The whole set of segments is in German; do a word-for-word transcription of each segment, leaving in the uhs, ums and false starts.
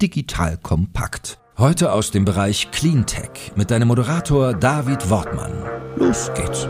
Digital Kompakt. Heute aus dem Bereich Cleantech mit deinem Moderator David Wortmann. Los geht's.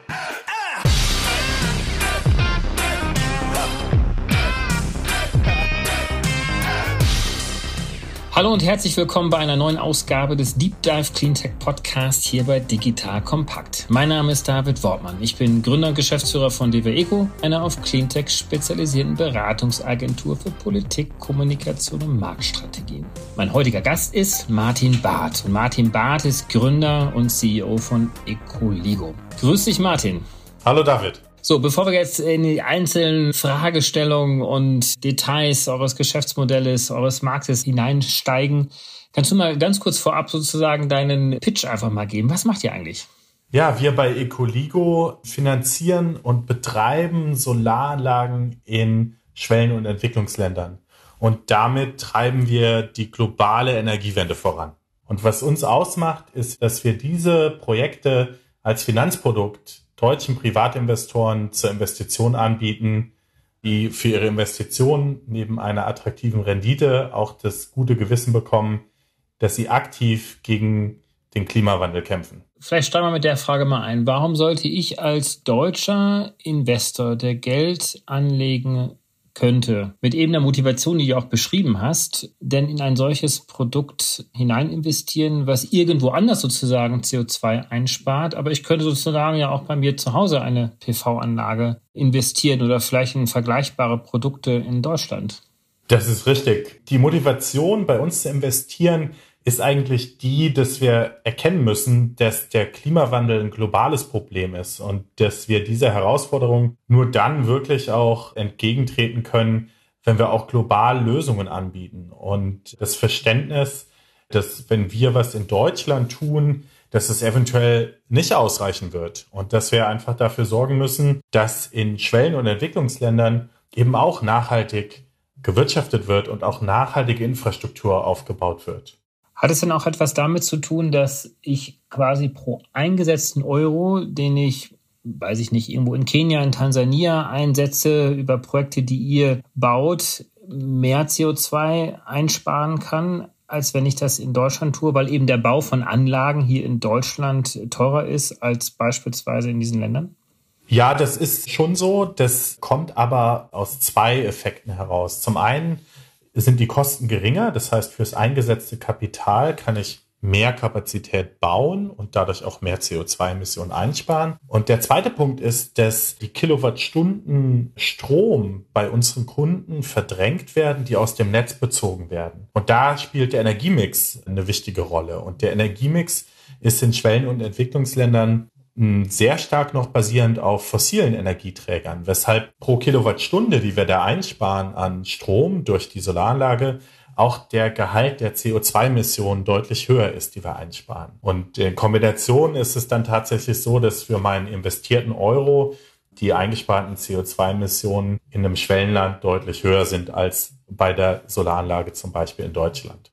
Hallo und herzlich willkommen bei einer neuen Ausgabe des Deep Dive Cleantech Podcast hier bei Digital Kompakt. Mein Name ist David Wortmann. Ich bin Gründer und Geschäftsführer von D W Eco, einer auf Cleantech spezialisierten Beratungsagentur für Politik, Kommunikation und Marktstrategien. Mein heutiger Gast ist Martin Barth. Und Martin Barth ist Gründer und C E O von Ecoligo. Grüß dich, Martin. Hallo, David. So, bevor wir jetzt in die einzelnen Fragestellungen und Details eures Geschäftsmodells, eures Marktes hineinsteigen, kannst du mal ganz kurz vorab sozusagen deinen Pitch einfach mal geben. Was macht ihr eigentlich? Ja, wir bei Ecoligo finanzieren und betreiben Solaranlagen in Schwellen- und Entwicklungsländern. Und damit treiben wir die globale Energiewende voran. Und was uns ausmacht, ist, dass wir diese Projekte als Finanzprodukt deutschen Privatinvestoren zur Investition anbieten, die für ihre Investitionen neben einer attraktiven Rendite auch das gute Gewissen bekommen, dass sie aktiv gegen den Klimawandel kämpfen. Vielleicht steigen wir mit der Frage mal ein. Warum sollte ich als deutscher Investor, der Geld anlegen könnte, mit eben der Motivation, die du auch beschrieben hast, denn in ein solches Produkt hinein investieren, was irgendwo anders sozusagen C O zwei einspart, aber ich könnte sozusagen ja auch bei mir zu Hause eine P V-Anlage investieren oder vielleicht in vergleichbare Produkte in Deutschland? Das ist richtig. Die Motivation, bei uns zu investieren, ist eigentlich die, dass wir erkennen müssen, dass der Klimawandel ein globales Problem ist und dass wir dieser Herausforderung nur dann wirklich auch entgegentreten können, wenn wir auch global Lösungen anbieten. Und das Verständnis, dass wenn wir was in Deutschland tun, dass es eventuell nicht ausreichen wird und dass wir einfach dafür sorgen müssen, dass in Schwellen- und Entwicklungsländern eben auch nachhaltig gewirtschaftet wird und auch nachhaltige Infrastruktur aufgebaut wird. Hat es denn auch etwas damit zu tun, dass ich quasi pro eingesetzten Euro, den ich, weiß ich nicht, irgendwo in Kenia, in Tansania einsetze, über Projekte, die ihr baut, mehr C O zwei einsparen kann, als wenn ich das in Deutschland tue, weil eben der Bau von Anlagen hier in Deutschland teurer ist als beispielsweise in diesen Ländern? Ja, das ist schon so. Das kommt aber aus zwei Effekten heraus. Zum einen sind die Kosten geringer. Das heißt, fürs eingesetzte Kapital kann ich mehr Kapazität bauen und dadurch auch mehr C O zwei Emissionen einsparen. Und der zweite Punkt ist, dass die Kilowattstunden Strom bei unseren Kunden verdrängt werden, die aus dem Netz bezogen werden. Und da spielt der Energiemix eine wichtige Rolle. Und der Energiemix ist in Schwellen- und Entwicklungsländern sehr stark noch basierend auf fossilen Energieträgern, weshalb pro Kilowattstunde, die wir da einsparen an Strom durch die Solaranlage, auch der Gehalt der C O zwei Emissionen deutlich höher ist, die wir einsparen. Und in Kombination ist es dann tatsächlich so, dass für meinen investierten Euro die eingesparten C O zwei Emissionen in einem Schwellenland deutlich höher sind als bei der Solaranlage zum Beispiel in Deutschland.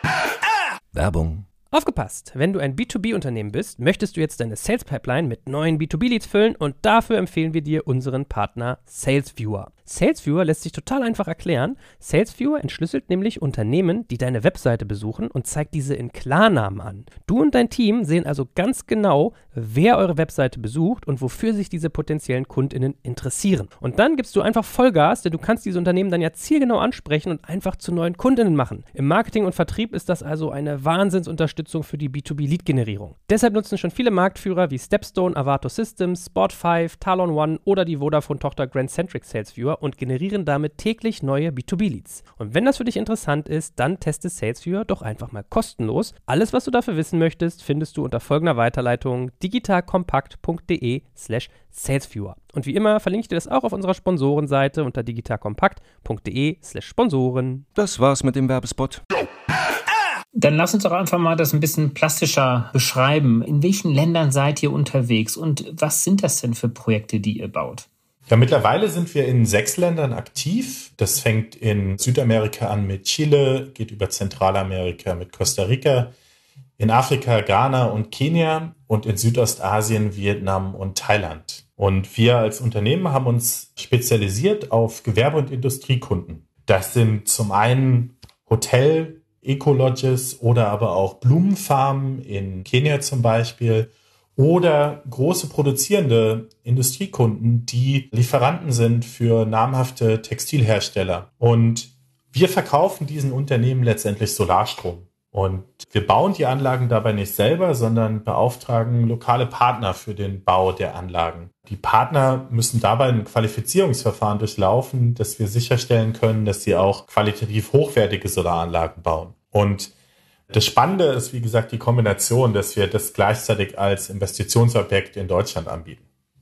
Werbung. Aufgepasst! Wenn du ein B zwei B-Unternehmen bist, möchtest du jetzt deine Sales-Pipeline mit neuen B zwei B-Leads füllen und dafür empfehlen wir dir unseren Partner SalesViewer. SalesViewer lässt sich total einfach erklären. SalesViewer entschlüsselt nämlich Unternehmen, die deine Webseite besuchen und zeigt diese in Klarnamen an. Du und dein Team sehen also ganz genau, wer eure Webseite besucht und wofür sich diese potenziellen KundInnen interessieren. Und dann gibst du einfach Vollgas, denn du kannst diese Unternehmen dann ja zielgenau ansprechen und einfach zu neuen KundInnen machen. Im Marketing und Vertrieb ist das also eine Wahnsinnsunterstützung für die B zwei B-Lead-Generierung. Deshalb nutzen schon viele Marktführer wie Stepstone, Avato Systems, Spot fünf, Talon One oder die Vodafone-Tochter Grand Centric SalesViewer und generieren damit täglich neue B zwei B-Leads. Und wenn das für dich interessant ist, dann teste SalesViewer doch einfach mal kostenlos. Alles, was du dafür wissen möchtest, findest du unter folgender Weiterleitung digitalkompakt.de slash salesviewer. Und wie immer verlinke ich dir das auch auf unserer Sponsorenseite unter digitalkompakt.de slash Sponsoren. Das war's mit dem Werbespot. Dann lass uns doch einfach mal das ein bisschen plastischer beschreiben. In welchen Ländern seid ihr unterwegs und was sind das denn für Projekte, die ihr baut? Ja, mittlerweile sind wir in sechs Ländern aktiv. Das fängt in Südamerika an mit Chile, geht über Zentralamerika mit Costa Rica, in Afrika, Ghana und Kenia und in Südostasien, Vietnam und Thailand. Und wir als Unternehmen haben uns spezialisiert auf Gewerbe- und Industriekunden. Das sind zum einen Hotel- Ecolodges oder aber auch Blumenfarmen in Kenia zum Beispiel oder große produzierende Industriekunden, die Lieferanten sind für namhafte Textilhersteller. Und wir verkaufen diesen Unternehmen letztendlich Solarstrom. Und wir bauen die Anlagen dabei nicht selber, sondern beauftragen lokale Partner für den Bau der Anlagen. Die Partner müssen dabei ein Qualifizierungsverfahren durchlaufen, dass wir sicherstellen können, dass sie auch qualitativ hochwertige Solaranlagen bauen. Und das Spannende ist, wie gesagt, die Kombination, dass wir das gleichzeitig als Investitionsobjekt in Deutschland anbieten.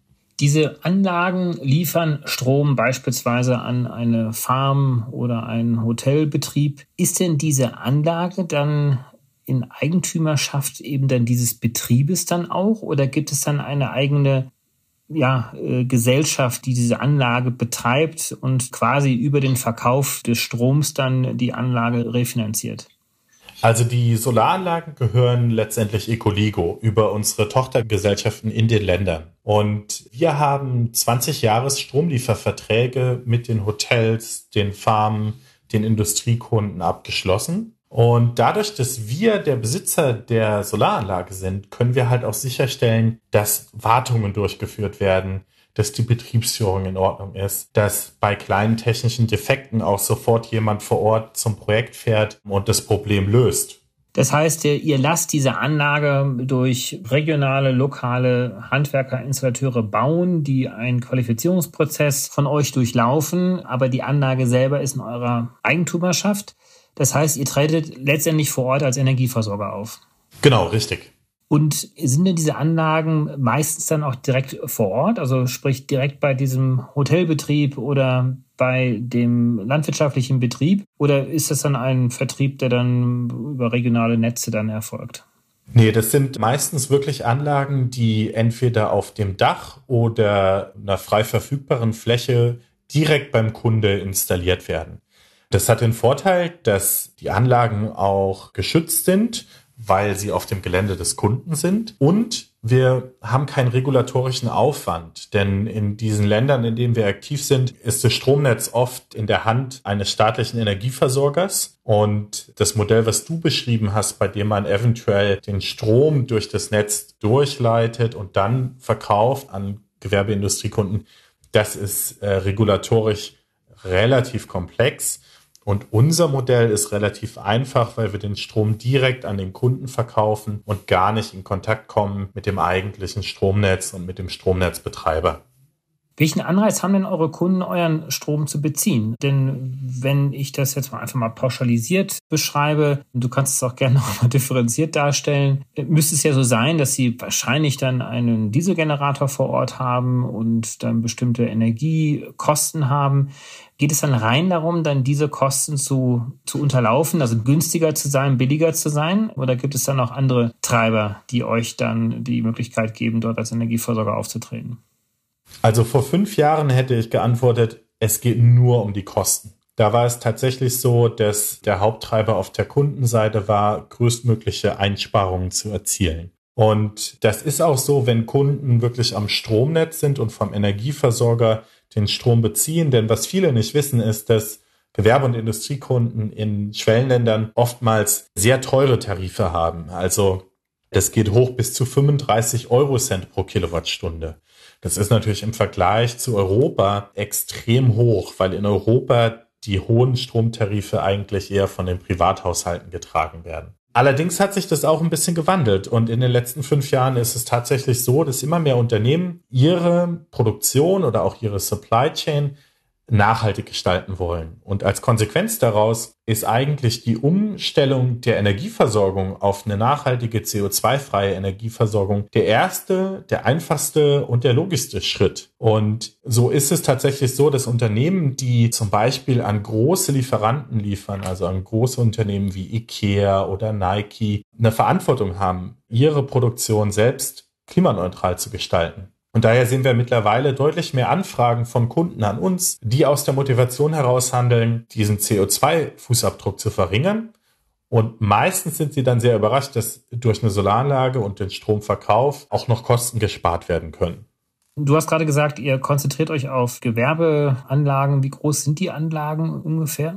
Diese Anlagen liefern Strom beispielsweise an eine Farm oder einen Hotelbetrieb. Ist denn diese Anlage dann in Eigentümerschaft eben dann dieses Betriebes dann auch? Oder gibt es dann eine eigene ja, äh, Gesellschaft, die diese Anlage betreibt und quasi über den Verkauf des Stroms dann die Anlage refinanziert? Also die Solaranlagen gehören letztendlich Ecoligo über unsere Tochtergesellschaften in den Ländern. Und wir haben zwanzig Jahres Stromlieferverträge mit den Hotels, den Farmen, den Industriekunden abgeschlossen. Und dadurch, dass wir der Besitzer der Solaranlage sind, können wir halt auch sicherstellen, dass Wartungen durchgeführt werden, dass die Betriebsführung in Ordnung ist, dass bei kleinen technischen Defekten auch sofort jemand vor Ort zum Projekt fährt und das Problem löst. Das heißt, ihr lasst diese Anlage durch regionale, lokale Handwerker, Installateure bauen, die einen Qualifizierungsprozess von euch durchlaufen, aber die Anlage selber ist in eurer Eigentümerschaft. Das heißt, ihr tretet letztendlich vor Ort als Energieversorger auf. Genau, richtig. Und sind denn diese Anlagen meistens dann auch direkt vor Ort, also sprich direkt bei diesem Hotelbetrieb oder bei dem landwirtschaftlichen Betrieb? Oder ist das dann ein Vertrieb, der dann über regionale Netze dann erfolgt? Nee, das sind meistens wirklich Anlagen, die entweder auf dem Dach oder einer frei verfügbaren Fläche direkt beim Kunde installiert werden. Das hat den Vorteil, dass die Anlagen auch geschützt sind, weil sie auf dem Gelände des Kunden sind. Und wir haben keinen regulatorischen Aufwand, denn in diesen Ländern, in denen wir aktiv sind, ist das Stromnetz oft in der Hand eines staatlichen Energieversorgers. Und das Modell, was du beschrieben hast, bei dem man eventuell den Strom durch das Netz durchleitet und dann verkauft an Gewerbeindustriekunden, das ist äh, regulatorisch relativ komplex. Und unser Modell ist relativ einfach, weil wir den Strom direkt an den Kunden verkaufen und gar nicht in Kontakt kommen mit dem eigentlichen Stromnetz und mit dem Stromnetzbetreiber. Welchen Anreiz haben denn eure Kunden, euren Strom zu beziehen? Denn wenn ich das jetzt mal einfach mal pauschalisiert beschreibe, du kannst es auch gerne noch mal differenziert darstellen, müsste es ja so sein, dass sie wahrscheinlich dann einen Dieselgenerator vor Ort haben und dann bestimmte Energiekosten haben. Geht es dann rein darum, dann diese Kosten zu, zu unterlaufen, also günstiger zu sein, billiger zu sein? Oder gibt es dann auch andere Treiber, die euch dann die Möglichkeit geben, dort als Energieversorger aufzutreten? Also vor fünf Jahren hätte ich geantwortet, es geht nur um die Kosten. Da war es tatsächlich so, dass der Haupttreiber auf der Kundenseite war, größtmögliche Einsparungen zu erzielen. Und das ist auch so, wenn Kunden wirklich am Stromnetz sind und vom Energieversorger den Strom beziehen. Denn was viele nicht wissen, ist, dass Gewerbe- und Industriekunden in Schwellenländern oftmals sehr teure Tarife haben. Also das geht hoch bis zu fünfunddreißig Eurocent pro Kilowattstunde. Das ist natürlich im Vergleich zu Europa extrem hoch, weil in Europa die hohen Stromtarife eigentlich eher von den Privathaushalten getragen werden. Allerdings hat sich das auch ein bisschen gewandelt und in den letzten fünf Jahren ist es tatsächlich so, dass immer mehr Unternehmen ihre Produktion oder auch ihre Supply Chain nachhaltig gestalten wollen. Und als Konsequenz daraus ist eigentlich die Umstellung der Energieversorgung auf eine nachhaltige C O zwei freie Energieversorgung der erste, der einfachste und der logischste Schritt. Und so ist es tatsächlich so, dass Unternehmen, die zum Beispiel an große Lieferanten liefern, also an große Unternehmen wie IKEA oder Nike, eine Verantwortung haben, ihre Produktion selbst klimaneutral zu gestalten. Und daher sehen wir mittlerweile deutlich mehr Anfragen von Kunden an uns, die aus der Motivation heraus handeln, diesen C O zwei Fußabdruck zu verringern. Und meistens sind sie dann sehr überrascht, dass durch eine Solaranlage und den Stromverkauf auch noch Kosten gespart werden können. Du hast gerade gesagt, ihr konzentriert euch auf Gewerbeanlagen. Wie groß sind die Anlagen ungefähr?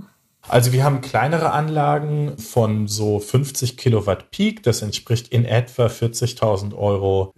Also wir haben kleinere Anlagen von so fünfzig Kilowatt Peak. Das entspricht in etwa vierzigtausend Euro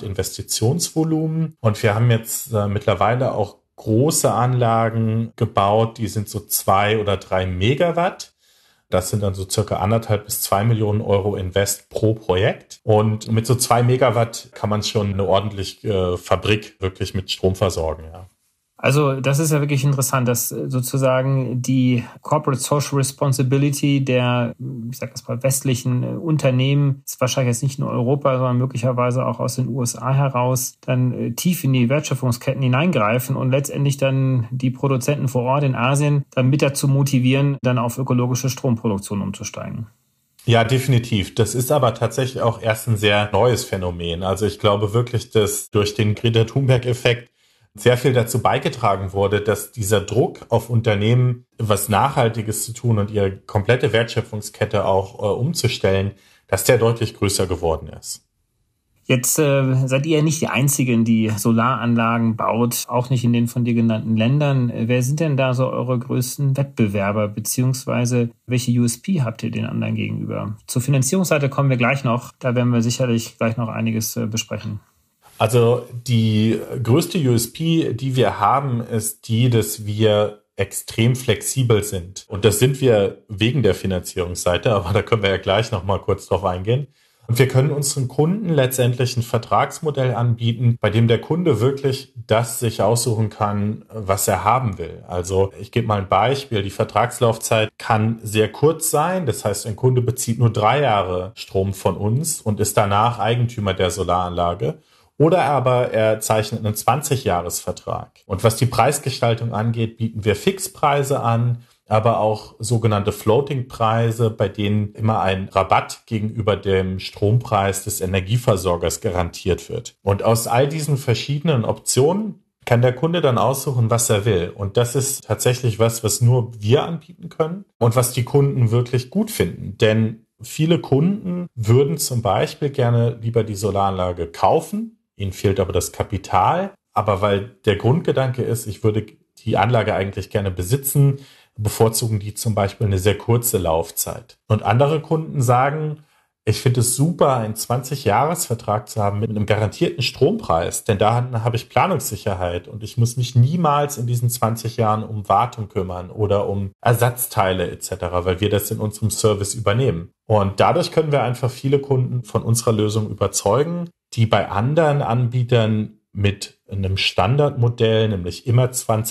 Gesamtinvestitionsvolumen. Und wir haben jetzt äh, mittlerweile auch große Anlagen gebaut, die sind so zwei oder drei Megawatt. Das sind dann so circa anderthalb bis zwei Millionen Euro Invest pro Projekt. Und mit so zwei Megawatt kann man schon eine ordentliche äh, Fabrik wirklich mit Strom versorgen, ja. Also das ist ja wirklich interessant, dass sozusagen die Corporate Social Responsibility der, ich sag das mal, westlichen Unternehmen, ist wahrscheinlich jetzt nicht nur Europa, sondern möglicherweise auch aus den U S A heraus, dann tief in die Wertschöpfungsketten hineingreifen und letztendlich dann die Produzenten vor Ort in Asien dann mit dazu motivieren, dann auf ökologische Stromproduktion umzusteigen. Ja, definitiv. Das ist aber tatsächlich auch erst ein sehr neues Phänomen. Also ich glaube wirklich, dass durch den Greta Thunberg-Effekt sehr viel dazu beigetragen wurde, dass dieser Druck auf Unternehmen, was Nachhaltiges zu tun und ihre komplette Wertschöpfungskette auch äh, umzustellen, dass der deutlich größer geworden ist. Jetzt äh, seid ihr ja nicht die Einzigen, die Solaranlagen baut, auch nicht in den von dir genannten Ländern. Wer sind denn da so eure größten Wettbewerber, beziehungsweise welche U S P habt ihr den anderen gegenüber? Zur Finanzierungsseite kommen wir gleich noch, da werden wir sicherlich gleich noch einiges äh, besprechen. Also die größte U S P, die wir haben, ist die, dass wir extrem flexibel sind. Und das sind wir wegen der Finanzierungsseite, aber da können wir ja gleich noch mal kurz drauf eingehen. Und wir können unseren Kunden letztendlich ein Vertragsmodell anbieten, bei dem der Kunde wirklich das sich aussuchen kann, was er haben will. Also ich gebe mal ein Beispiel. Die Vertragslaufzeit kann sehr kurz sein. Das heißt, ein Kunde bezieht nur drei Jahre Strom von uns und ist danach Eigentümer der Solaranlage. Oder aber er zeichnet einen zwanzig-Jahres-Vertrag. Und was die Preisgestaltung angeht, bieten wir Fixpreise an, aber auch sogenannte Floating-Preise, bei denen immer ein Rabatt gegenüber dem Strompreis des Energieversorgers garantiert wird. Und aus all diesen verschiedenen Optionen kann der Kunde dann aussuchen, was er will. Und das ist tatsächlich was, was nur wir anbieten können und was die Kunden wirklich gut finden. Denn viele Kunden würden zum Beispiel gerne lieber die Solaranlage kaufen. Ihnen fehlt aber das Kapital. Aber weil der Grundgedanke ist, ich würde die Anlage eigentlich gerne besitzen, bevorzugen die zum Beispiel eine sehr kurze Laufzeit. Und andere Kunden sagen, ich finde es super, einen zwanzig-Jahres-Vertrag zu haben mit einem garantierten Strompreis, denn da habe ich Planungssicherheit und ich muss mich niemals in diesen zwanzig Jahren um Wartung kümmern oder um Ersatzteile et cetera, weil wir das in unserem Service übernehmen. Und dadurch können wir einfach viele Kunden von unserer Lösung überzeugen, die bei anderen Anbietern mit einem Standardmodell, nämlich immer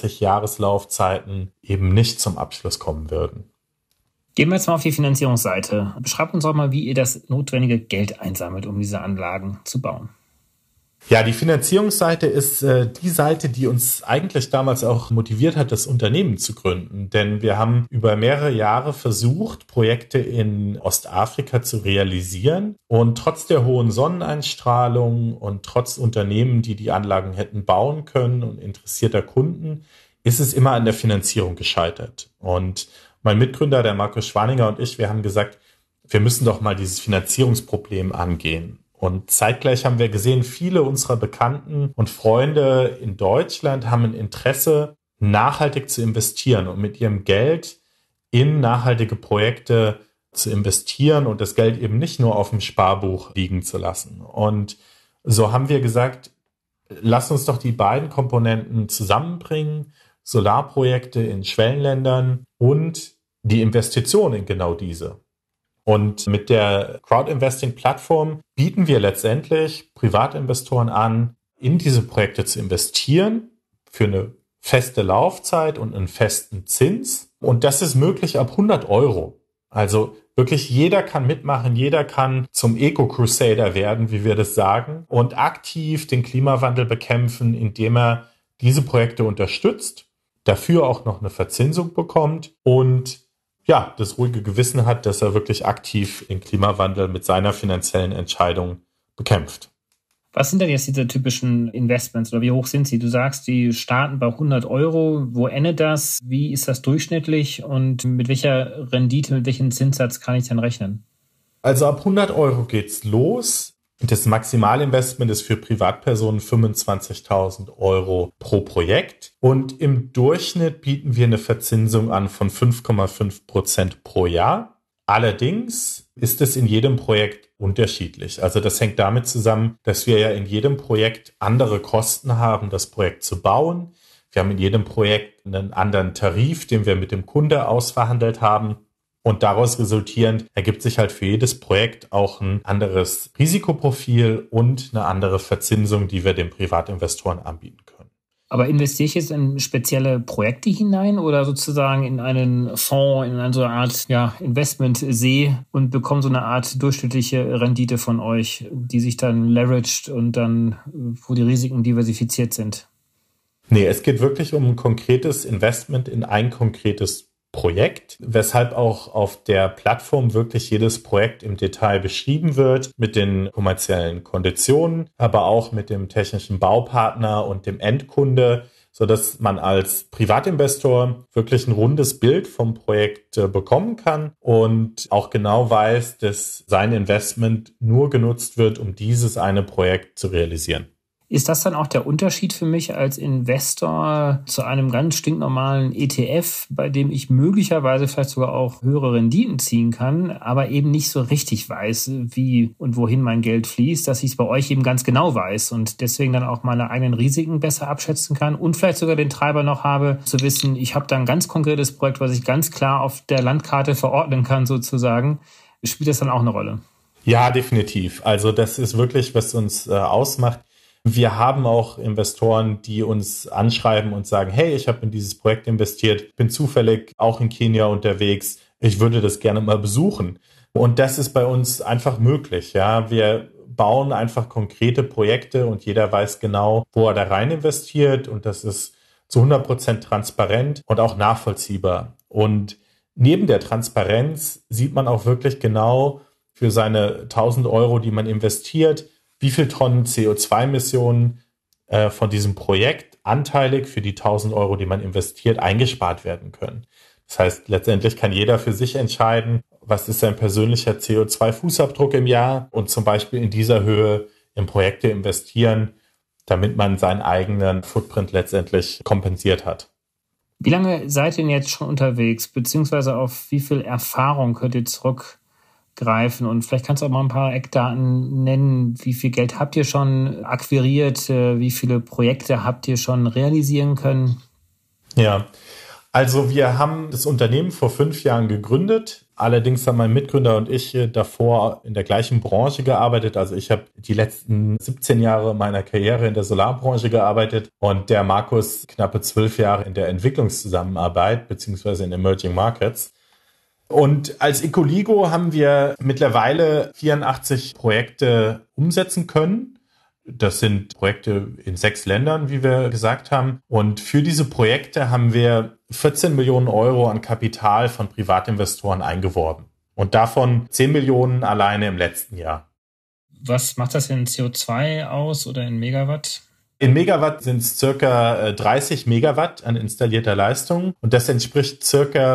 zwanzig-Jahres-Laufzeiten, eben nicht zum Abschluss kommen würden. Gehen wir jetzt mal auf die Finanzierungsseite. Beschreibt uns doch mal, wie ihr das notwendige Geld einsammelt, um diese Anlagen zu bauen. Ja, die Finanzierungsseite ist äh, die Seite, die uns eigentlich damals auch motiviert hat, das Unternehmen zu gründen. Denn wir haben über mehrere Jahre versucht, Projekte in Ostafrika zu realisieren. Und trotz der hohen Sonneneinstrahlung und trotz Unternehmen, die die Anlagen hätten bauen können und interessierter Kunden, ist es immer an der Finanzierung gescheitert. Und mein Mitgründer, der Markus Schwaninger und ich, wir haben gesagt, wir müssen doch mal dieses Finanzierungsproblem angehen. Und zeitgleich haben wir gesehen, viele unserer Bekannten und Freunde in Deutschland haben ein Interesse, nachhaltig zu investieren und mit ihrem Geld in nachhaltige Projekte zu investieren und das Geld eben nicht nur auf dem Sparbuch liegen zu lassen. Und so haben wir gesagt, lass uns doch die beiden Komponenten zusammenbringen, Solarprojekte in Schwellenländern und die Investition in genau diese. Und mit der Crowd-Investing-Plattform bieten wir letztendlich Privatinvestoren an, in diese Projekte zu investieren für eine feste Laufzeit und einen festen Zins. Und das ist möglich ab hundert Euro. Also wirklich jeder kann mitmachen, jeder kann zum Eco-Crusader werden, wie wir das sagen, und aktiv den Klimawandel bekämpfen, indem er diese Projekte unterstützt, dafür auch noch eine Verzinsung bekommt und ja, das ruhige Gewissen hat, dass er wirklich aktiv den Klimawandel mit seiner finanziellen Entscheidung bekämpft. Was sind denn jetzt diese typischen Investments oder wie hoch sind sie? Du sagst, die starten bei hundert Euro. Wo endet das? Wie ist das durchschnittlich und mit welcher Rendite, mit welchem Zinssatz kann ich dann rechnen? Also ab hundert Euro geht's los. Das Maximalinvestment ist für Privatpersonen fünfundzwanzigtausend Euro pro Projekt. Und im Durchschnitt bieten wir eine Verzinsung an von fünf Komma fünf Prozent pro Jahr. Allerdings ist es in jedem Projekt unterschiedlich. Also das hängt damit zusammen, dass wir ja in jedem Projekt andere Kosten haben, das Projekt zu bauen. Wir haben in jedem Projekt einen anderen Tarif, den wir mit dem Kunde ausverhandelt haben. Und daraus resultierend ergibt sich halt für jedes Projekt auch ein anderes Risikoprofil und eine andere Verzinsung, die wir den Privatinvestoren anbieten können. Aber investiere ich jetzt in spezielle Projekte hinein oder sozusagen in einen Fonds, in eine so eine Art ja, Investmentsee und bekomme so eine Art durchschnittliche Rendite von euch, die sich dann leveraged und dann, wo die Risiken diversifiziert sind? Nee, es geht wirklich um ein konkretes Investment in ein konkretes Projekt, weshalb auch auf der Plattform wirklich jedes Projekt im Detail beschrieben wird, mit den kommerziellen Konditionen, aber auch mit dem technischen Baupartner und dem Endkunde, sodass man als Privatinvestor wirklich ein rundes Bild vom Projekt äh, bekommen kann und auch genau weiß, dass sein Investment nur genutzt wird, um dieses eine Projekt zu realisieren. Ist das dann auch der Unterschied für mich als Investor zu einem ganz stinknormalen E T F, bei dem ich möglicherweise vielleicht sogar auch höhere Renditen ziehen kann, aber eben nicht so richtig weiß, wie und wohin mein Geld fließt, dass ich es bei euch eben ganz genau weiß und deswegen dann auch meine eigenen Risiken besser abschätzen kann und vielleicht sogar den Treiber noch habe, zu wissen, ich habe da ein ganz konkretes Projekt, was ich ganz klar auf der Landkarte verordnen kann sozusagen. Spielt das dann auch eine Rolle? Ja, definitiv. Also das ist wirklich, was uns äh, ausmacht. Wir haben auch Investoren, die uns anschreiben und sagen, hey, ich habe in dieses Projekt investiert, bin zufällig auch in Kenia unterwegs, ich würde das gerne mal besuchen. Und das ist bei uns einfach möglich. Ja, wir bauen einfach konkrete Projekte und jeder weiß genau, wo er da rein investiert und das ist zu hundert Prozent transparent und auch nachvollziehbar. Und neben der Transparenz sieht man auch wirklich genau für seine tausend Euro, die man investiert, wie viel Tonnen C O zwei Emissionen äh, von diesem Projekt anteilig für die tausend Euro, die man investiert, eingespart werden können. Das heißt, letztendlich kann jeder für sich entscheiden, was ist sein persönlicher C O zwei Fußabdruck im Jahr und zum Beispiel in dieser Höhe in Projekte investieren, damit man seinen eigenen Footprint letztendlich kompensiert hat. Wie lange seid ihr denn jetzt schon unterwegs, beziehungsweise auf wie viel Erfahrung könnt ihr zurückgreifen? Und vielleicht kannst du auch mal ein paar Eckdaten nennen. Wie viel Geld habt ihr schon akquiriert? Wie viele Projekte habt ihr schon realisieren können? Ja, also wir haben das Unternehmen vor fünf Jahren gegründet. Allerdings haben mein Mitgründer und ich davor in der gleichen Branche gearbeitet. Also ich habe die letzten siebzehn Jahre meiner Karriere in der Solarbranche gearbeitet und der Markus knappe zwölf Jahre in der Entwicklungszusammenarbeit beziehungsweise in Emerging Markets. Und als Ecoligo haben wir mittlerweile vierundachtzig Projekte umsetzen können. Das sind Projekte in sechs Ländern, wie wir gesagt haben. Und für diese Projekte haben wir vierzehn Millionen Euro an Kapital von Privatinvestoren eingeworben. Und davon zehn Millionen alleine im letzten Jahr. Was macht das in C O zwei aus oder in Megawatt? In Megawatt sind es circa dreißig Megawatt an installierter Leistung. Und das entspricht circa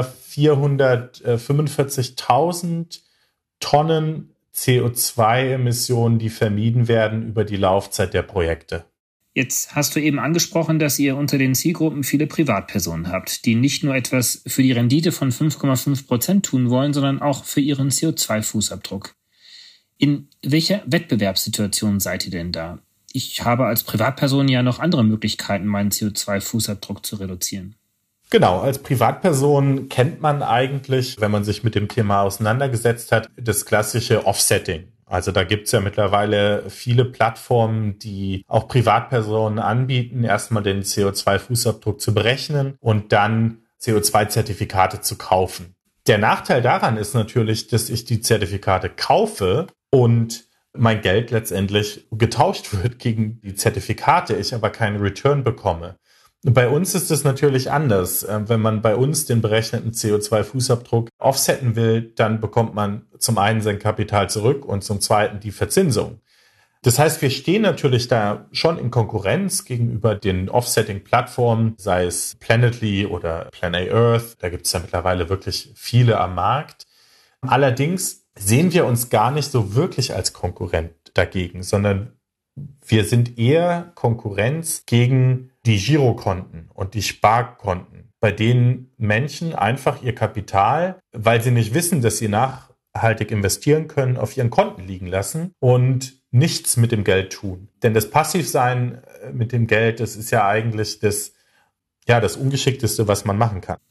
vierhundertfünfundvierzigtausend Tonnen C O zwei Emissionen, die vermieden werden über die Laufzeit der Projekte. Jetzt hast du eben angesprochen, dass ihr unter den Zielgruppen viele Privatpersonen habt, die nicht nur etwas für die Rendite von fünf Komma fünf Prozent tun wollen, sondern auch für ihren C O zwei Fußabdruck. In welcher Wettbewerbssituation seid ihr denn da? Ich habe als Privatperson ja noch andere Möglichkeiten, meinen C O zwei Fußabdruck zu reduzieren. Genau, als Privatperson kennt man eigentlich, wenn man sich mit dem Thema auseinandergesetzt hat, das klassische Offsetting. Also da gibt es ja mittlerweile viele Plattformen, die auch Privatpersonen anbieten, erstmal den C O zwei Fußabdruck zu berechnen und dann C O zwei Zertifikate zu kaufen. Der Nachteil daran ist natürlich, dass ich die Zertifikate kaufe und mein Geld letztendlich getauscht wird gegen die Zertifikate, ich aber keinen Return bekomme. Bei uns ist es natürlich anders. Wenn man bei uns den berechneten C O zwei Fußabdruck offsetten will, dann bekommt man zum einen sein Kapital zurück und zum zweiten die Verzinsung. Das heißt, wir stehen natürlich da schon in Konkurrenz gegenüber den Offsetting-Plattformen, sei es Planetly oder Planet Earth. Da gibt es ja mittlerweile wirklich viele am Markt. Allerdings sehen wir uns gar nicht so wirklich als Konkurrent. dagegen, sondern wir sind eher Konkurrenz gegen die Girokonten und die Sparkonten, bei denen Menschen einfach ihr Kapital, weil sie nicht wissen, dass sie nachhaltig investieren können, auf ihren Konten liegen lassen und nichts mit dem Geld tun. Denn das Passivsein mit dem Geld, das ist ja eigentlich das, ja, das Ungeschickteste, was man machen kann.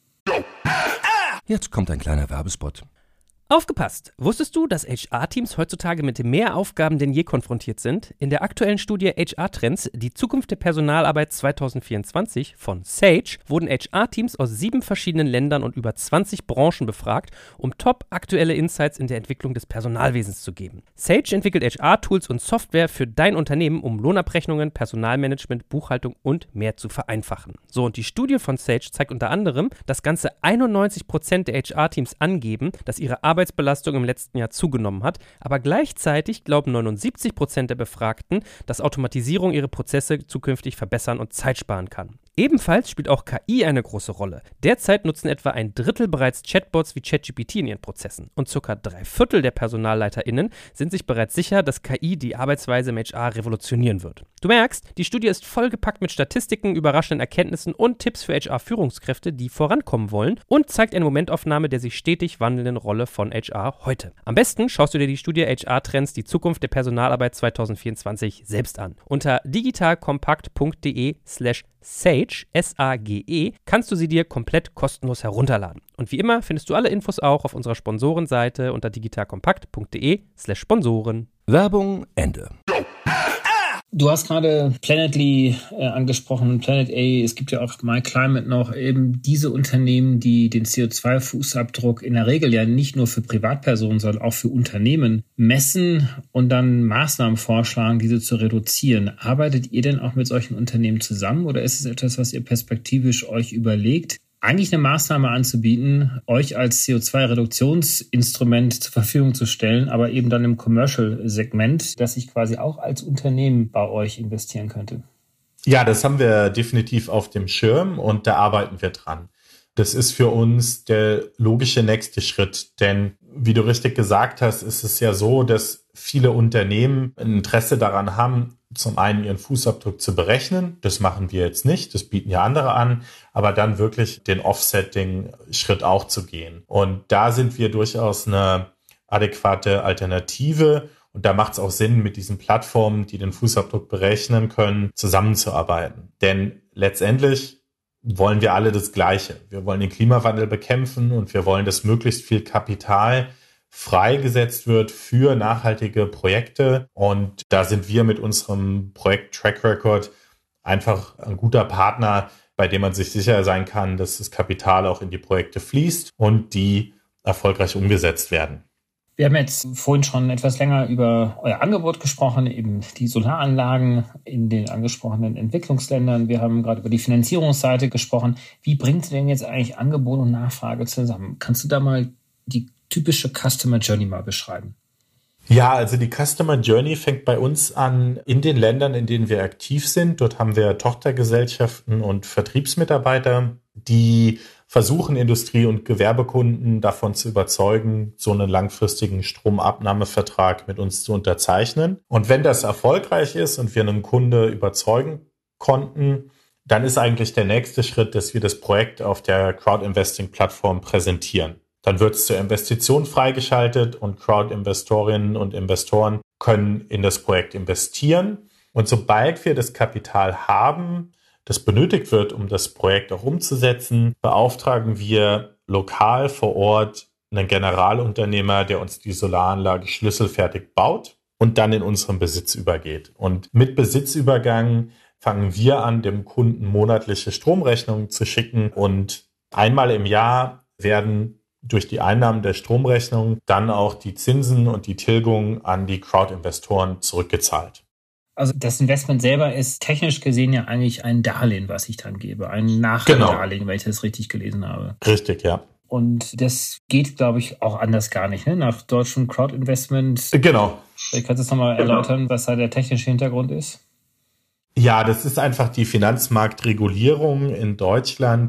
Jetzt kommt ein kleiner Werbespot. Aufgepasst! Wusstest du, dass H R-Teams heutzutage mit mehr Aufgaben denn je konfrontiert sind? In der aktuellen Studie H R-Trends, die Zukunft der Personalarbeit zwanzig vierundzwanzig von Sage, wurden H R-Teams aus sieben verschiedenen Ländern und über zwanzig Branchen befragt, um top aktuelle Insights in der Entwicklung des Personalwesens zu geben. Sage entwickelt H R-Tools und Software für dein Unternehmen, um Lohnabrechnungen, Personalmanagement, Buchhaltung und mehr zu vereinfachen. So, und die Studie von Sage zeigt unter anderem, dass ganze einundneunzig Prozent der H R-Teams angeben, dass ihre Arbeit Arbeitsbelastung im letzten Jahr zugenommen hat, aber gleichzeitig glauben neunundsiebzig Prozent der Befragten, dass Automatisierung ihre Prozesse zukünftig verbessern und Zeit sparen kann. Ebenfalls spielt auch K I eine große Rolle. Derzeit nutzen etwa ein Drittel bereits Chatbots wie ChatGPT in ihren Prozessen und circa drei Viertel der PersonalleiterInnen sind sich bereits sicher, dass K I die Arbeitsweise im H R revolutionieren wird. Du merkst, die Studie ist vollgepackt mit Statistiken, überraschenden Erkenntnissen und Tipps für H R-Führungskräfte, die vorankommen wollen und zeigt eine Momentaufnahme der sich stetig wandelnden Rolle von H R heute. Am besten schaust du dir die Studie H R-Trends, die Zukunft der Personalarbeit zwanzig vierundzwanzig selbst an. Unter digitalkompakt.de slash Sage, S A G E, kannst du sie dir komplett kostenlos herunterladen. Und wie immer findest du alle Infos auch auf unserer Sponsorenseite unter digitalkompakt.de slash Sponsoren. Werbung Ende. Du hast gerade Planetly äh, angesprochen, Planet A, es gibt ja auch MyClimate noch, eben diese Unternehmen, die den C O zwei Fußabdruck in der Regel ja nicht nur für Privatpersonen, sondern auch für Unternehmen messen und dann Maßnahmen vorschlagen, diese zu reduzieren. Arbeitet ihr denn auch mit solchen Unternehmen zusammen oder ist es etwas, was ihr perspektivisch euch überlegt, eigentlich eine Maßnahme anzubieten, euch als C O zwei Reduktionsinstrument zur Verfügung zu stellen, aber eben dann im Commercial-Segment, dass ich quasi auch als Unternehmen bei euch investieren könnte? Ja, das haben wir definitiv auf dem Schirm und da arbeiten wir dran. Das ist für uns der logische nächste Schritt, denn wie du richtig gesagt hast, ist es ja so, dass viele Unternehmen ein Interesse daran haben, zum einen ihren Fußabdruck zu berechnen. Das machen wir jetzt nicht, das bieten ja andere an, aber dann wirklich den Offsetting-Schritt auch zu gehen. Und da sind wir durchaus eine adäquate Alternative. Und da macht es auch Sinn, mit diesen Plattformen, die den Fußabdruck berechnen können, zusammenzuarbeiten. Denn letztendlich wollen wir alle das Gleiche. Wir wollen den Klimawandel bekämpfen und wir wollen, dass möglichst viel Kapital freigesetzt wird für nachhaltige Projekte. Und da sind wir mit unserem Projekt Track Record einfach ein guter Partner, bei dem man sich sicher sein kann, dass das Kapital auch in die Projekte fließt und die erfolgreich umgesetzt werden. Wir haben jetzt vorhin schon etwas länger über euer Angebot gesprochen, eben die Solaranlagen in den angesprochenen Entwicklungsländern. Wir haben gerade über die Finanzierungsseite gesprochen. Wie bringt ihr denn jetzt eigentlich Angebot und Nachfrage zusammen? Kannst du da mal die typische Customer Journey mal beschreiben? Ja, also die Customer Journey fängt bei uns an in den Ländern, in denen wir aktiv sind. Dort haben wir Tochtergesellschaften und Vertriebsmitarbeiter, die versuchen, Industrie- und Gewerbekunden davon zu überzeugen, so einen langfristigen Stromabnahmevertrag mit uns zu unterzeichnen. Und wenn das erfolgreich ist und wir einen Kunde überzeugen konnten, dann ist eigentlich der nächste Schritt, dass wir das Projekt auf der Crowd-Investing-Plattform präsentieren. Dann wird es zur Investition freigeschaltet und Crowd-Investorinnen und Investoren können in das Projekt investieren. Und sobald wir das Kapital haben, das benötigt wird, um das Projekt auch umzusetzen, beauftragen wir lokal vor Ort einen Generalunternehmer, der uns die Solaranlage schlüsselfertig baut und dann in unseren Besitz übergeht. Und mit Besitzübergang fangen wir an, dem Kunden monatliche Stromrechnungen zu schicken und einmal im Jahr werden durch die Einnahmen der Stromrechnung dann auch die Zinsen und die Tilgung an die Crowd-Investoren zurückgezahlt. Also das Investment selber ist technisch gesehen ja eigentlich ein Darlehen, was ich dann gebe. Ein Nachdarlehen, genau, wenn ich das richtig gelesen habe. Richtig, ja. Und das geht, glaube ich, auch anders gar nicht, ne? Nach deutschem Crowd-Investment. Genau. Vielleicht kannst du es nochmal genau. erläutern, was da der technische Hintergrund ist? Ja, das ist einfach die Finanzmarktregulierung in Deutschland.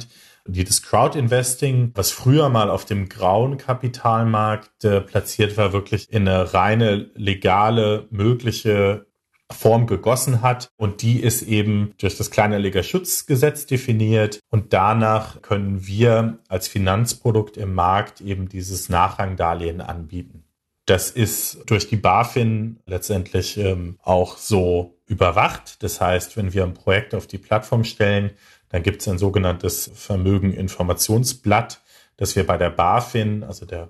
Dieses Crowd-Investing, was früher mal auf dem grauen Kapitalmarkt äh, platziert war, wirklich in eine reine, legale, mögliche Form gegossen hat. Und die ist eben durch das Kleinanlegerschutzgesetz definiert. Und danach können wir als Finanzprodukt im Markt eben dieses Nachrangdarlehen anbieten. Das ist durch die BaFin letztendlich ähm, auch so überwacht. Das heißt, wenn wir ein Projekt auf die Plattform stellen, dann gibt es ein sogenanntes Vermögeninformationsblatt, das wir bei der BaFin, also der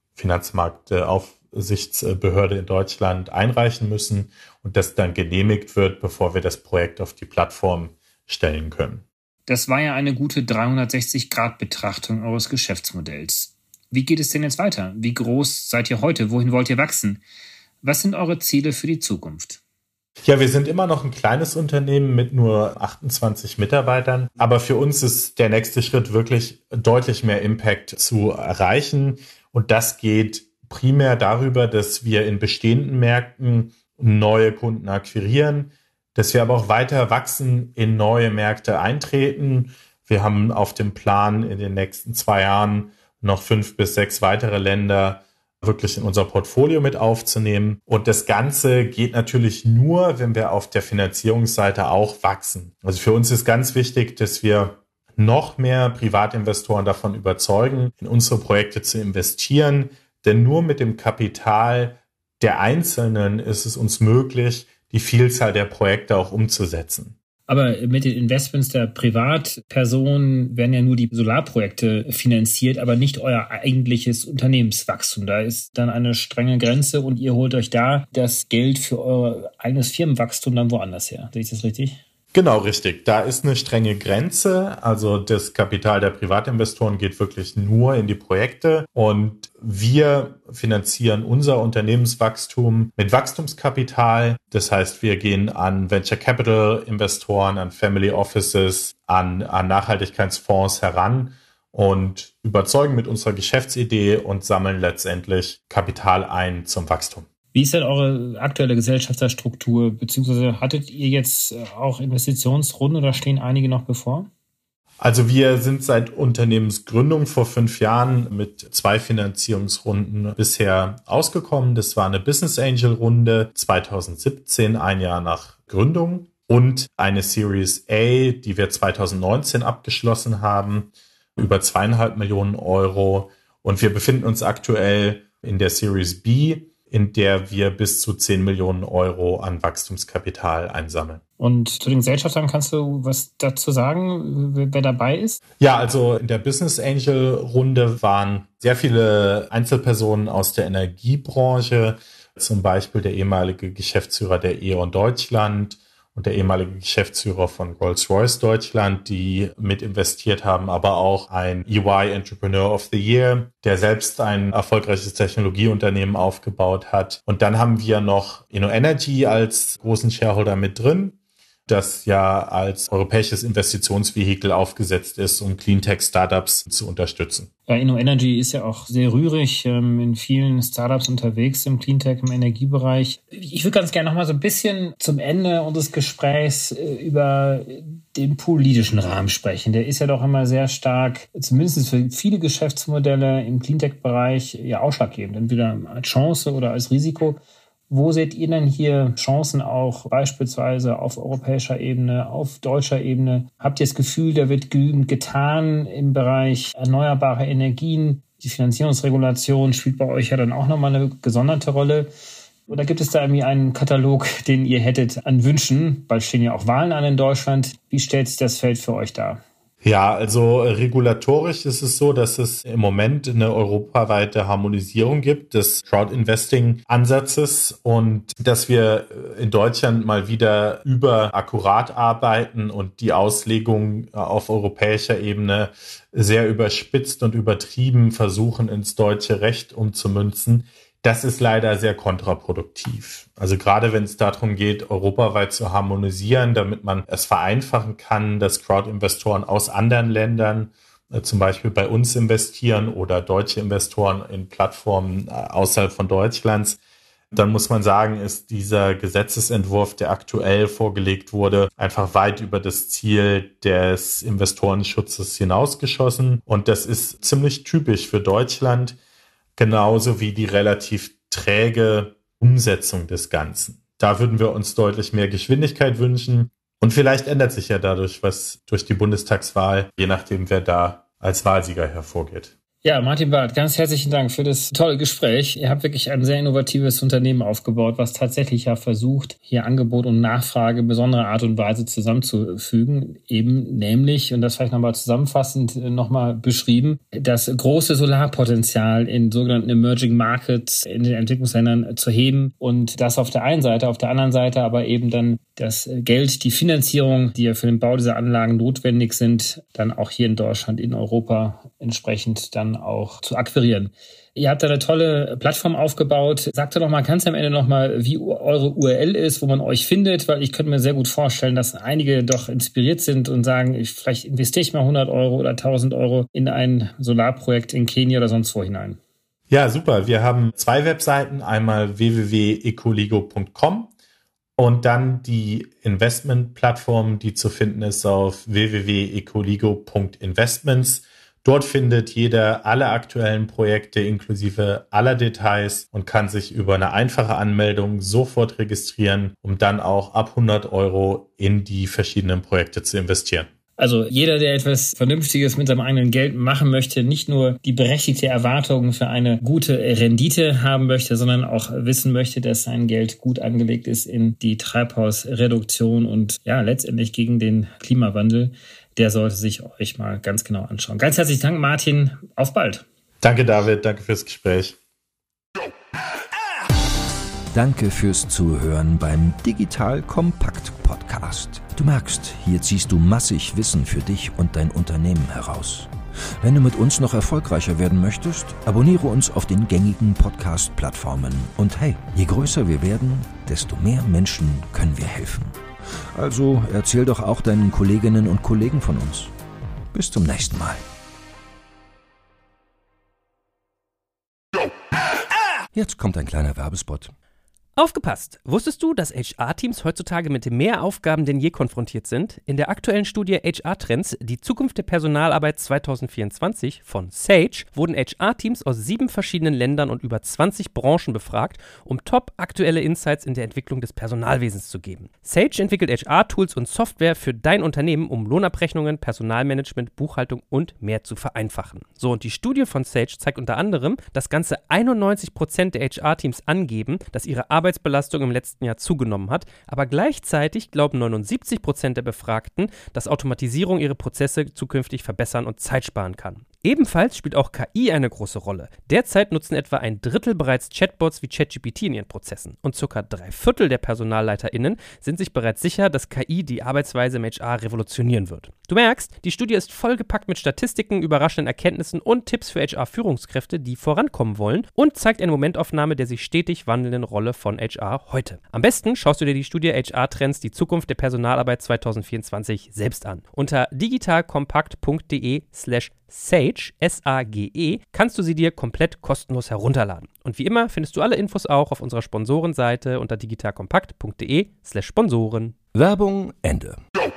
Finanzmarktaufsichtsbehörde in Deutschland, einreichen müssen und das dann genehmigt wird, bevor wir das Projekt auf die Plattform stellen können. Das war ja eine gute dreihundertsechzig-Grad-Betrachtung eures Geschäftsmodells. Wie geht es denn jetzt weiter? Wie groß seid ihr heute? Wohin wollt ihr wachsen? Was sind eure Ziele für die Zukunft? Ja, wir sind immer noch ein kleines Unternehmen mit nur achtundzwanzig Mitarbeitern. Aber für uns ist der nächste Schritt wirklich deutlich mehr Impact zu erreichen. Und das geht primär darüber, dass wir in bestehenden Märkten neue Kunden akquirieren, dass wir aber auch weiter wachsen, in neue Märkte eintreten. Wir haben auf dem Plan, in den nächsten zwei Jahren noch fünf bis sechs weitere Länder wirklich in unser Portfolio mit aufzunehmen. Und das Ganze geht natürlich nur, wenn wir auf der Finanzierungsseite auch wachsen. Also für uns ist ganz wichtig, dass wir noch mehr Privatinvestoren davon überzeugen, in unsere Projekte zu investieren. Denn nur mit dem Kapital der Einzelnen ist es uns möglich, die Vielzahl der Projekte auch umzusetzen. Aber mit den Investments der Privatpersonen werden ja nur die Solarprojekte finanziert, aber nicht euer eigentliches Unternehmenswachstum. Da ist dann eine strenge Grenze und ihr holt euch da das Geld für euer eigenes Firmenwachstum dann woanders her. Sehe ich das richtig? Genau, richtig. Da ist eine strenge Grenze. Also das Kapital der Privatinvestoren geht wirklich nur in die Projekte und wir finanzieren unser Unternehmenswachstum mit Wachstumskapital. Das heißt, wir gehen an Venture Capital Investoren, an Family Offices, an, an Nachhaltigkeitsfonds heran und überzeugen mit unserer Geschäftsidee und sammeln letztendlich Kapital ein zum Wachstum. Wie ist denn eure aktuelle Gesellschafterstruktur, beziehungsweise hattet ihr jetzt auch Investitionsrunden oder stehen einige noch bevor? Also wir sind seit Unternehmensgründung vor fünf Jahren mit zwei Finanzierungsrunden bisher ausgekommen. Das war eine Business Angel Runde zwanzig siebzehn, ein Jahr nach Gründung, und eine Series A, die wir zwanzig neunzehn abgeschlossen haben, über zweieinhalb Millionen Euro. Und wir befinden uns aktuell in der Series B, in der wir bis zu zehn Millionen Euro an Wachstumskapital einsammeln. Und zu den Gesellschaftern kannst du was dazu sagen, wer dabei ist? Ja, also in der Business Angel Runde waren sehr viele Einzelpersonen aus der Energiebranche, zum Beispiel der ehemalige Geschäftsführer der E.ON Deutschland und der ehemalige Geschäftsführer von Rolls-Royce Deutschland, die mit investiert haben, aber auch ein E Y Entrepreneur of the Year, der selbst ein erfolgreiches Technologieunternehmen aufgebaut hat. Und dann haben wir noch InnoEnergy als großen Shareholder mit drin, das ja als europäisches Investitionsvehikel aufgesetzt ist, um Cleantech-Startups zu unterstützen. Ja, InnoEnergy ist ja auch sehr rührig ähm, in vielen Startups unterwegs im Cleantech, im Energiebereich. Ich würde ganz gerne noch mal so ein bisschen zum Ende unseres Gesprächs äh, über den politischen Rahmen sprechen. Der ist ja doch immer sehr stark, zumindest für viele Geschäftsmodelle im Cleantech-Bereich, ja ausschlaggebend, entweder als Chance oder als Risiko. Wo seht ihr denn hier Chancen auch beispielsweise auf europäischer Ebene, auf deutscher Ebene? Habt ihr das Gefühl, da wird genügend getan im Bereich erneuerbare Energien? Die Finanzierungsregulation spielt bei euch ja dann auch nochmal eine gesonderte Rolle. Oder gibt es da irgendwie einen Katalog, den ihr hättet an Wünschen? Bald stehen ja auch Wahlen an in Deutschland. Wie stellt sich das Feld für euch dar? Ja, also regulatorisch ist es so, dass es im Moment eine europaweite Harmonisierung gibt des Crowd-Investing-Ansatzes und dass wir in Deutschland mal wieder überakkurat arbeiten und die Auslegung auf europäischer Ebene sehr überspitzt und übertrieben versuchen, ins deutsche Recht umzumünzen. Das ist leider sehr kontraproduktiv. Also gerade wenn es darum geht, europaweit zu harmonisieren, damit man es vereinfachen kann, dass Crowd-Investoren aus anderen Ländern äh, zum Beispiel bei uns investieren oder deutsche Investoren in Plattformen äh, außerhalb von Deutschlands, dann muss man sagen, ist dieser Gesetzesentwurf, der aktuell vorgelegt wurde, einfach weit über das Ziel des Investorenschutzes hinausgeschossen. Und das ist ziemlich typisch für Deutschland, genauso wie die relativ träge Umsetzung des Ganzen. Da würden wir uns deutlich mehr Geschwindigkeit wünschen. Und vielleicht ändert sich ja dadurch was durch die Bundestagswahl, je nachdem, wer da als Wahlsieger hervorgeht. Ja, Martin Barth, ganz herzlichen Dank für das tolle Gespräch. Ihr habt wirklich ein sehr innovatives Unternehmen aufgebaut, was tatsächlich ja versucht, hier Angebot und Nachfrage in besonderer Art und Weise zusammenzufügen. Eben nämlich, und das vielleicht nochmal zusammenfassend nochmal beschrieben, das große Solarpotenzial in sogenannten Emerging Markets in den Entwicklungsländern zu heben. Und das auf der einen Seite, auf der anderen Seite aber eben dann das Geld, die Finanzierung, die ja für den Bau dieser Anlagen notwendig sind, dann auch hier in Deutschland, in Europa entsprechend dann auch zu akquirieren. Ihr habt da eine tolle Plattform aufgebaut. Sagt doch mal, kannst du am Ende noch mal, wie eure U R L ist, wo man euch findet? Weil ich könnte mir sehr gut vorstellen, dass einige doch inspiriert sind und sagen, ich, vielleicht investiere ich mal hundert Euro oder tausend Euro in ein Solarprojekt in Kenia oder sonst wo hinein. Ja, super. Wir haben zwei Webseiten. Einmal w w w punkt ecoligo punkt com und dann die Investmentplattform, die zu finden ist auf w w w punkt ecoligo punkt investments. Dort findet jeder alle aktuellen Projekte inklusive aller Details und kann sich über eine einfache Anmeldung sofort registrieren, um dann auch ab hundert Euro in die verschiedenen Projekte zu investieren. Also jeder, der etwas Vernünftiges mit seinem eigenen Geld machen möchte, nicht nur die berechtigte Erwartung für eine gute Rendite haben möchte, sondern auch wissen möchte, dass sein Geld gut angelegt ist in die Treibhausreduktion und ja letztendlich gegen den Klimawandel, der sollte sich euch mal ganz genau anschauen. Ganz herzlichen Dank, Martin. Auf bald. Danke, David. Danke fürs Gespräch. Danke fürs Zuhören beim Digital Kompakt Podcast. Du merkst, hier ziehst du massig Wissen für dich und dein Unternehmen heraus. Wenn du mit uns noch erfolgreicher werden möchtest, abonniere uns auf den gängigen Podcast-Plattformen. Und hey, je größer wir werden, desto mehr Menschen können wir helfen. Also erzähl doch auch deinen Kolleginnen und Kollegen von uns. Bis zum nächsten Mal. Jetzt kommt ein kleiner Werbespot. Aufgepasst! Wusstest du, dass H R-Teams heutzutage mit mehr Aufgaben denn je konfrontiert sind? In der aktuellen Studie H R-Trends, die Zukunft der Personalarbeit zwanzig vierundzwanzig von Sage, wurden H R-Teams aus sieben verschiedenen Ländern und über zwanzig Branchen befragt, um top aktuelle Insights in der Entwicklung des Personalwesens zu geben. Sage entwickelt H R-Tools und Software für dein Unternehmen, um Lohnabrechnungen, Personalmanagement, Buchhaltung und mehr zu vereinfachen. So, und die Studie von Sage zeigt unter anderem, dass ganze einundneunzig Prozent der H R-Teams angeben, dass ihre Arbeit Arbeitsbelastung im letzten Jahr zugenommen hat, aber gleichzeitig glauben neunundsiebzig Prozent der Befragten, dass Automatisierung ihre Prozesse zukünftig verbessern und Zeit sparen kann. Ebenfalls spielt auch K I eine große Rolle. Derzeit nutzen etwa ein Drittel bereits Chatbots wie ChatGPT in ihren Prozessen und circa drei Viertel der PersonalleiterInnen sind sich bereits sicher, dass K I die Arbeitsweise im H R revolutionieren wird. Du merkst, die Studie ist vollgepackt mit Statistiken, überraschenden Erkenntnissen und Tipps für H R-Führungskräfte, die vorankommen wollen und zeigt eine Momentaufnahme der sich stetig wandelnden Rolle von H R heute. Am besten schaust du dir die Studie H R-Trends, die Zukunft der Personalarbeit zwanzig vierundzwanzig selbst an. Unter digitalkompakt.de slash Sage, S A G E, kannst du sie dir komplett kostenlos herunterladen. Und wie immer findest du alle Infos auch auf unserer Sponsorenseite unter digitalkompakt.de slash Sponsoren. Werbung Ende.